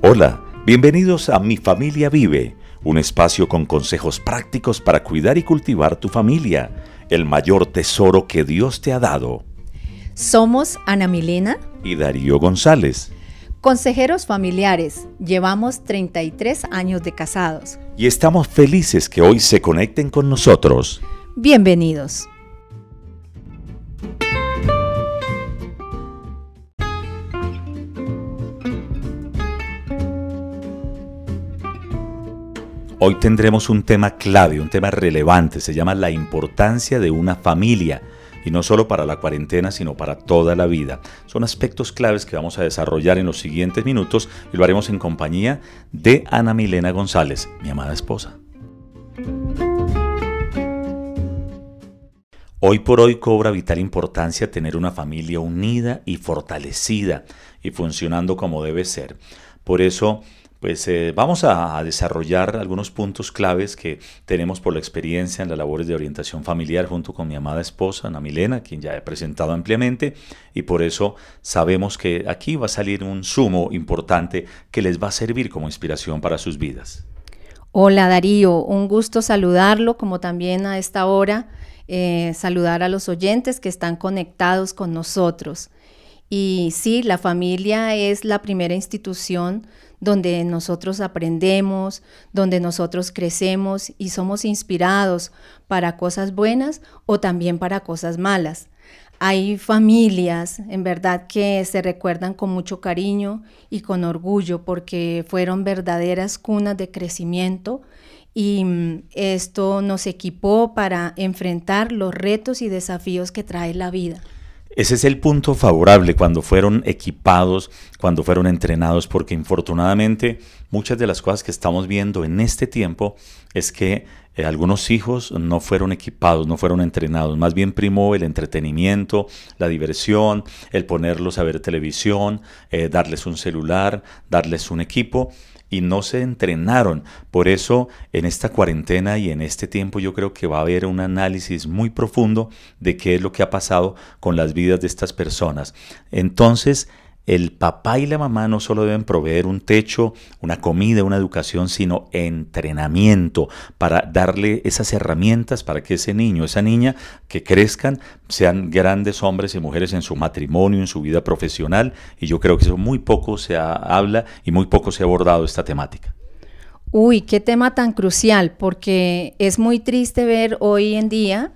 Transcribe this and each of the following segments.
Hola, bienvenidos a Mi Familia Vive, un espacio con consejos prácticos para cuidar y cultivar tu familia, el mayor tesoro que Dios te ha dado. Somos Ana Milena Y Darío González. Consejeros familiares, llevamos 33 años de casados. Y estamos felices que hoy se conecten con nosotros. Bienvenidos. Hoy tendremos un tema clave, un tema relevante, se llama la importancia de una familia. Y no solo para la cuarentena, sino para toda la vida. Son aspectos claves que vamos a desarrollar en los siguientes minutos y lo haremos en compañía de Ana Milena González, mi amada esposa. Hoy por hoy cobra vital importancia tener una familia unida y fortalecida y funcionando como debe ser. Por eso, vamos a desarrollar algunos puntos claves que tenemos por la experiencia en las labores de orientación familiar junto con mi amada esposa, Ana Milena, quien ya he presentado ampliamente, y por eso sabemos que aquí va a salir un sumo importante que les va a servir como inspiración para sus vidas. Hola Darío, un gusto saludarlo, como también a esta hora saludar a los oyentes que están conectados con nosotros. Y sí, la familia es la primera institución donde nosotros aprendemos, donde nosotros crecemos y somos inspirados para cosas buenas o también para cosas malas. Hay familias, en verdad, que se recuerdan con mucho cariño y con orgullo porque fueron verdaderas cunas de crecimiento y esto nos equipó para enfrentar los retos y desafíos que trae la vida. Ese es el punto favorable cuando fueron equipados, cuando fueron entrenados, porque infortunadamente muchas de las cosas que estamos viendo en este tiempo es que algunos hijos no fueron equipados, no fueron entrenados, más bien primó el entretenimiento, la diversión, el ponerlos a ver televisión, darles un celular, darles un equipo. Y no se entrenaron. Por eso, en esta cuarentena y en este tiempo yo creo que va a haber un análisis muy profundo de qué es lo que ha pasado con las vidas de estas personas. Entonces, el papá y la mamá no solo deben proveer un techo, una comida, una educación, sino entrenamiento para darle esas herramientas para que ese niño, esa niña que crezcan, sean grandes hombres y mujeres en su matrimonio, en su vida profesional. Y yo creo que eso muy poco se habla y muy poco se ha abordado esta temática. Uy, qué tema tan crucial, porque es muy triste ver hoy en día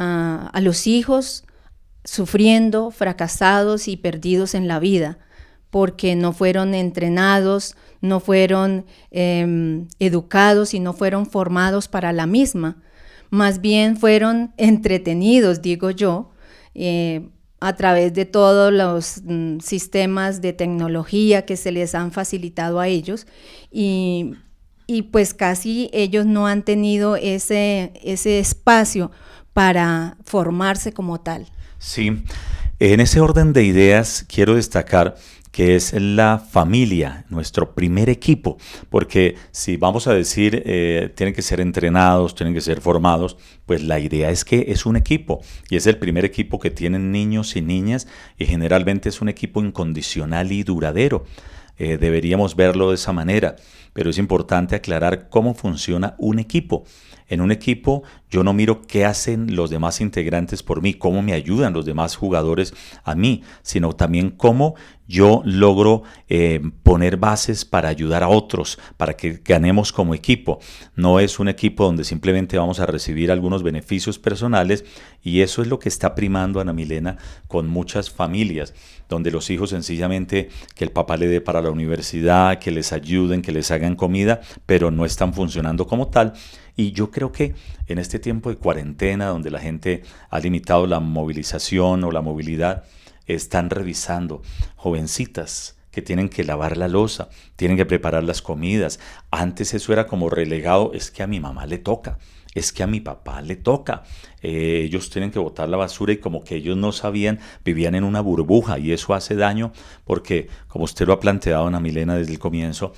a los hijos sufriendo, fracasados y perdidos en la vida, porque no fueron entrenados, no fueron educados y no fueron formados para la misma. Más bien fueron entretenidos, digo yo, a través de todos los sistemas de tecnología que se les han facilitado a ellos y pues casi ellos no han tenido ese espacio para formarse como tal. Sí, en ese orden de ideas quiero destacar que es la familia, nuestro primer equipo, porque si vamos a decir tienen que ser entrenados, tienen que ser formados, pues la idea es que es un equipo y es el primer equipo que tienen niños y niñas y generalmente es un equipo incondicional y duradero. Deberíamos verlo de esa manera, pero es importante aclarar cómo funciona un equipo. En un equipo yo no miro qué hacen los demás integrantes por mí, cómo me ayudan los demás jugadores a mí, sino también cómo yo logro poner bases para ayudar a otros, para que ganemos como equipo. No es un equipo donde simplemente vamos a recibir algunos beneficios personales y eso es lo que está primando Ana Milena con muchas familias, donde los hijos sencillamente que el papá le dé para la universidad, que les ayuden, que les hagan comida, pero no están funcionando como tal. Y yo creo que en este tiempo de cuarentena, donde la gente ha limitado la movilización o la movilidad, están revisando jovencitas que tienen que lavar la loza, tienen que preparar las comidas. Antes eso era como relegado, es que a mi mamá le toca, es que a mi papá le toca. Ellos tienen que botar la basura y como que ellos no sabían, vivían en una burbuja y eso hace daño porque, como usted lo ha planteado, Ana Milena, desde el comienzo,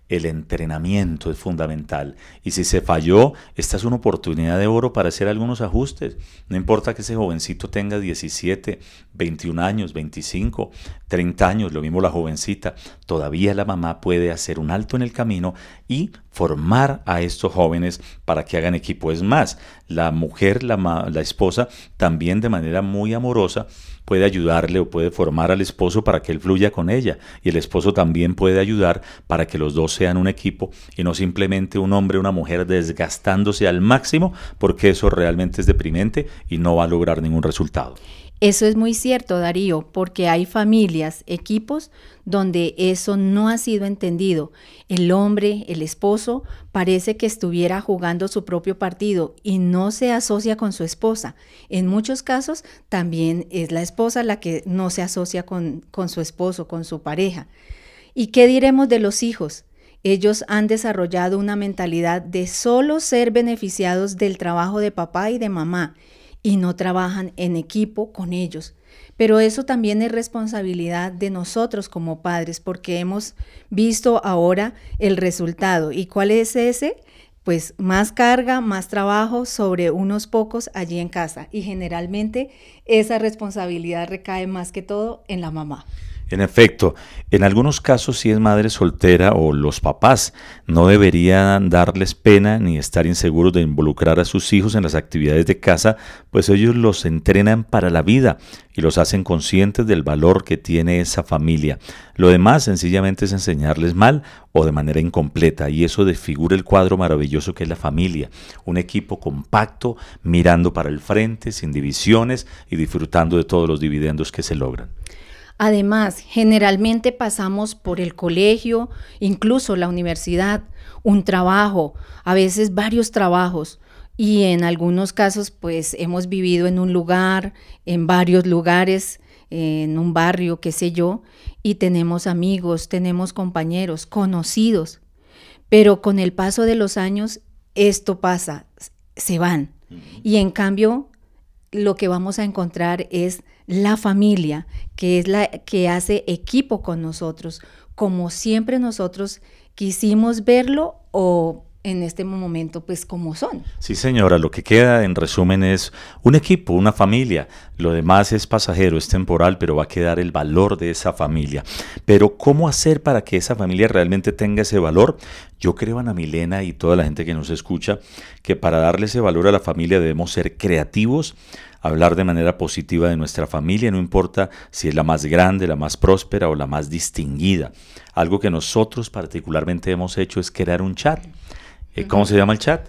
el entrenamiento es fundamental. Y si se falló, esta es una oportunidad de oro para hacer algunos ajustes. No importa que ese jovencito tenga 17, 21 años, 25, 30 años, lo mismo la jovencita, todavía la mamá puede hacer un alto en el camino y formar a estos jóvenes para que hagan equipo. Es más, la mujer, la esposa, también de manera muy amorosa puede ayudarle o puede formar al esposo para que él fluya con ella, y el esposo también puede ayudar para que los dos sean un equipo y no simplemente un hombre o una mujer desgastándose al máximo, porque eso realmente es deprimente y no va a lograr ningún resultado. Eso es muy cierto, Darío, porque hay familias, equipos, donde eso no ha sido entendido. El hombre, el esposo, parece que estuviera jugando su propio partido y no se asocia con su esposa. En muchos casos también es la esposa la que no se asocia con su esposo, con su pareja. ¿Y qué diremos de los hijos? Ellos han desarrollado una mentalidad de solo ser beneficiados del trabajo de papá y de mamá, y no trabajan en equipo con ellos. Pero eso también es responsabilidad de nosotros como padres, porque hemos visto ahora el resultado. ¿Y cuál es ese? Pues más carga, más trabajo sobre unos pocos allí en casa. Y generalmente esa responsabilidad recae más que todo en la mamá. En efecto, en algunos casos si es madre soltera o los papás no deberían darles pena ni estar inseguros de involucrar a sus hijos en las actividades de casa, pues ellos los entrenan para la vida y los hacen conscientes del valor que tiene esa familia. Lo demás sencillamente es enseñarles mal o de manera incompleta, y eso desfigura el cuadro maravilloso que es la familia, un equipo compacto, mirando para el frente, sin divisiones y disfrutando de todos los dividendos que se logran. Además, generalmente pasamos por el colegio, incluso la universidad, un trabajo, a veces varios trabajos, y en algunos casos pues hemos vivido en un lugar, en varios lugares, en un barrio, qué sé yo, y tenemos amigos, tenemos compañeros, conocidos, pero con el paso de los años esto pasa, se van, y en cambio lo que vamos a encontrar es la familia, que es la que hace equipo con nosotros, como siempre nosotros quisimos verlo, o en este momento pues como son. Sí, señora, lo que queda en resumen es un equipo, una familia. Lo demás es pasajero, es temporal, pero va a quedar el valor de esa familia. Pero ¿cómo hacer para que esa familia realmente tenga ese valor? Yo creo, Ana Milena, y toda la gente que nos escucha, que para darle ese valor a la familia debemos ser creativos, hablar de manera positiva de nuestra familia, no importa si es la más grande, la más próspera o la más distinguida. Algo que nosotros particularmente hemos hecho es crear un chat. ¿Cómo se llama el chat?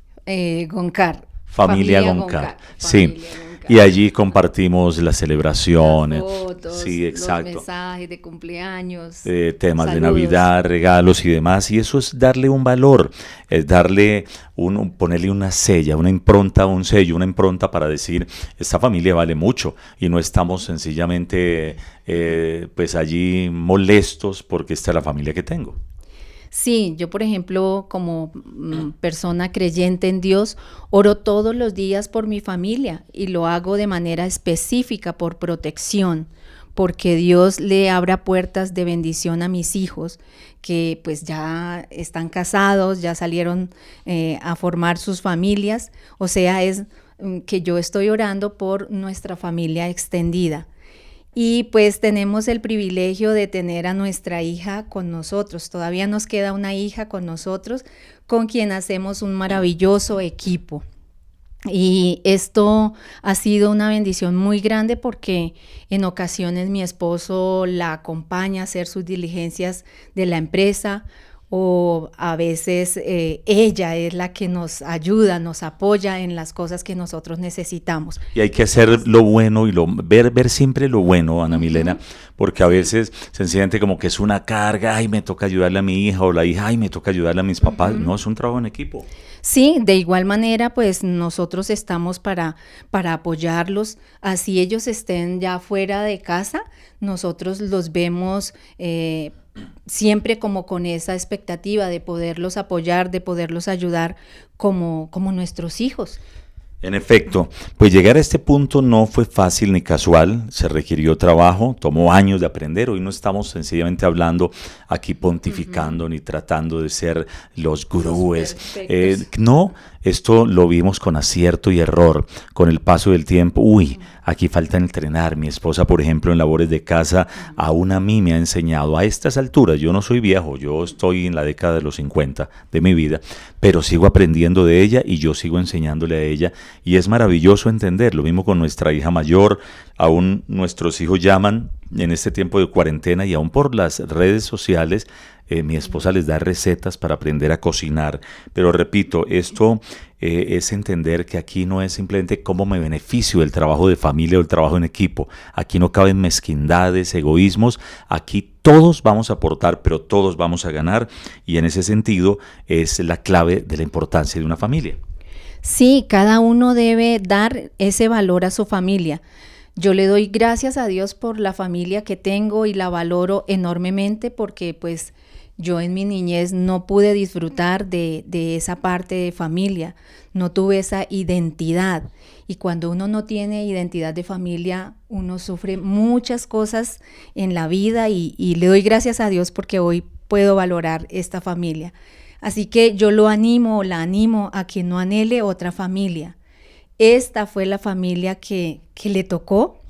Goncar. Familia Goncar. Sí. Y allí compartimos las celebraciones, las fotos, sí, exacto, los mensajes de cumpleaños, temas saludos, de Navidad, regalos y demás. Y eso es darle un valor, es darle ponerle una sella, una impronta, un sello, una impronta para decir, esta familia vale mucho y no estamos sencillamente pues allí molestos porque esta es la familia que tengo. Sí, yo por ejemplo, como persona creyente en Dios, oro todos los días por mi familia y lo hago de manera específica por protección, porque Dios le abra puertas de bendición a mis hijos, que pues ya están casados, ya salieron a formar sus familias, o sea, es que yo estoy orando por nuestra familia extendida. Y pues tenemos el privilegio de tener a nuestra hija con nosotros. Todavía nos queda una hija con nosotros, con quien hacemos un maravilloso equipo. Y esto ha sido una bendición muy grande porque en ocasiones mi esposo la acompaña a hacer sus diligencias de la empresa, o a veces ella es la que nos ayuda, nos apoya en las cosas que nosotros necesitamos. Y hay que hacer lo bueno y ver siempre lo bueno, Ana Milena, porque a veces sencillamente como que es una carga, ay, me toca ayudarle a mi hija, o la hija, ay, me toca ayudarle a mis papás. No, es un trabajo en equipo. Sí, de igual manera, pues nosotros estamos para apoyarlos, así ellos estén ya fuera de casa, nosotros los vemos siempre como con esa expectativa de poderlos apoyar, de poderlos ayudar como nuestros hijos. En efecto, pues llegar a este punto no fue fácil ni casual, se requirió trabajo, tomó años de aprender. Hoy no estamos sencillamente hablando aquí pontificando ni tratando de ser los gurúes. No, esto lo vimos con acierto y error, con el paso del tiempo. Aquí falta entrenar. Mi esposa, por ejemplo, en labores de casa, aún a mí me ha enseñado a estas alturas. Yo no soy viejo, yo estoy en la década de los 50 de mi vida, pero sigo aprendiendo de ella y yo sigo enseñándole a ella. Y es maravilloso entender, lo mismo con nuestra hija mayor, aún nuestros hijos llaman en este tiempo de cuarentena y aún por las redes sociales, mi esposa les da recetas para aprender a cocinar. Pero repito, esto es entender que aquí no es simplemente cómo me beneficio del trabajo de familia o el trabajo en equipo. Aquí no caben mezquindades, egoísmos, aquí todos vamos a aportar, pero todos vamos a ganar y en ese sentido es la clave de la importancia de una familia. Sí, cada uno debe dar ese valor a su familia. Yo le doy gracias a Dios por la familia que tengo y la valoro enormemente porque pues yo en mi niñez no pude disfrutar de esa parte de familia, no tuve esa identidad y cuando uno no tiene identidad de familia uno sufre muchas cosas en la vida y le doy gracias a Dios porque hoy puedo valorar esta familia. Así que yo lo animo o la animo a quien no anhele otra familia. Esta fue la familia que le tocó.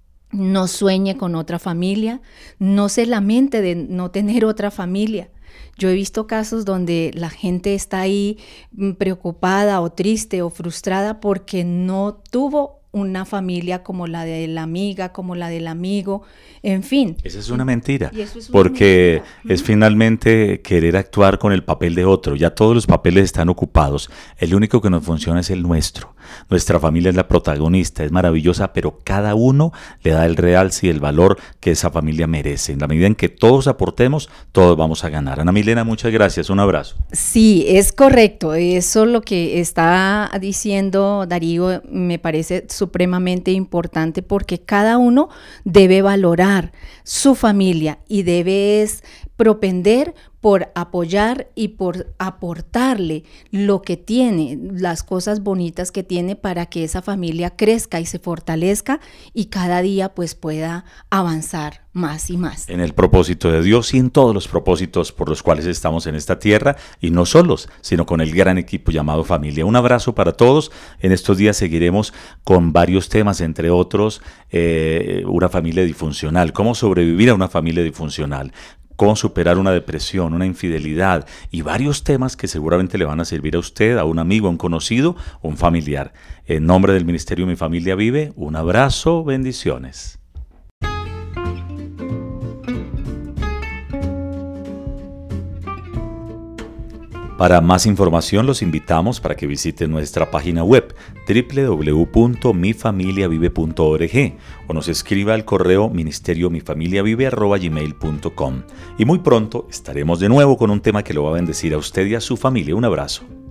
No sueñe con otra familia, no se lamente de no tener otra familia. Yo he visto casos donde la gente está ahí preocupada o triste o frustrada porque no tuvo una familia como la de la amiga, como la del amigo, en fin. Esa es una mentira, porque es finalmente querer actuar con el papel de otro. Ya todos los papeles están ocupados. El único que nos funciona es el nuestro. Nuestra familia es la protagonista, es maravillosa, pero cada uno le da el realce y el valor que esa familia merece. En la medida en que todos aportemos, todos vamos a ganar. Ana Milena, muchas gracias. Un abrazo. Sí, es correcto. Eso lo que está diciendo Darío me parece supremamente importante porque cada uno debe valorar su familia y debe propender por apoyar y por aportarle lo que tiene, las cosas bonitas que tiene para que esa familia crezca y se fortalezca y cada día pues pueda avanzar más y más. En el propósito de Dios y en todos los propósitos por los cuales estamos en esta tierra y no solos, sino con el gran equipo llamado familia. Un abrazo para todos. En estos días seguiremos con varios temas, entre otros, una familia disfuncional, cómo sobrevivir a una familia disfuncional, cómo superar una depresión, una infidelidad y varios temas que seguramente le van a servir a usted, a un amigo, a un conocido o un familiar. En nombre del Ministerio Mi Familia Vive, un abrazo, bendiciones. Para más información los invitamos para que visiten nuestra página web www.mifamiliavive.org o nos escriba al correo ministeriomifamiliavive@gmail.com. Y muy pronto estaremos de nuevo con un tema que lo va a bendecir a usted y a su familia. Un abrazo.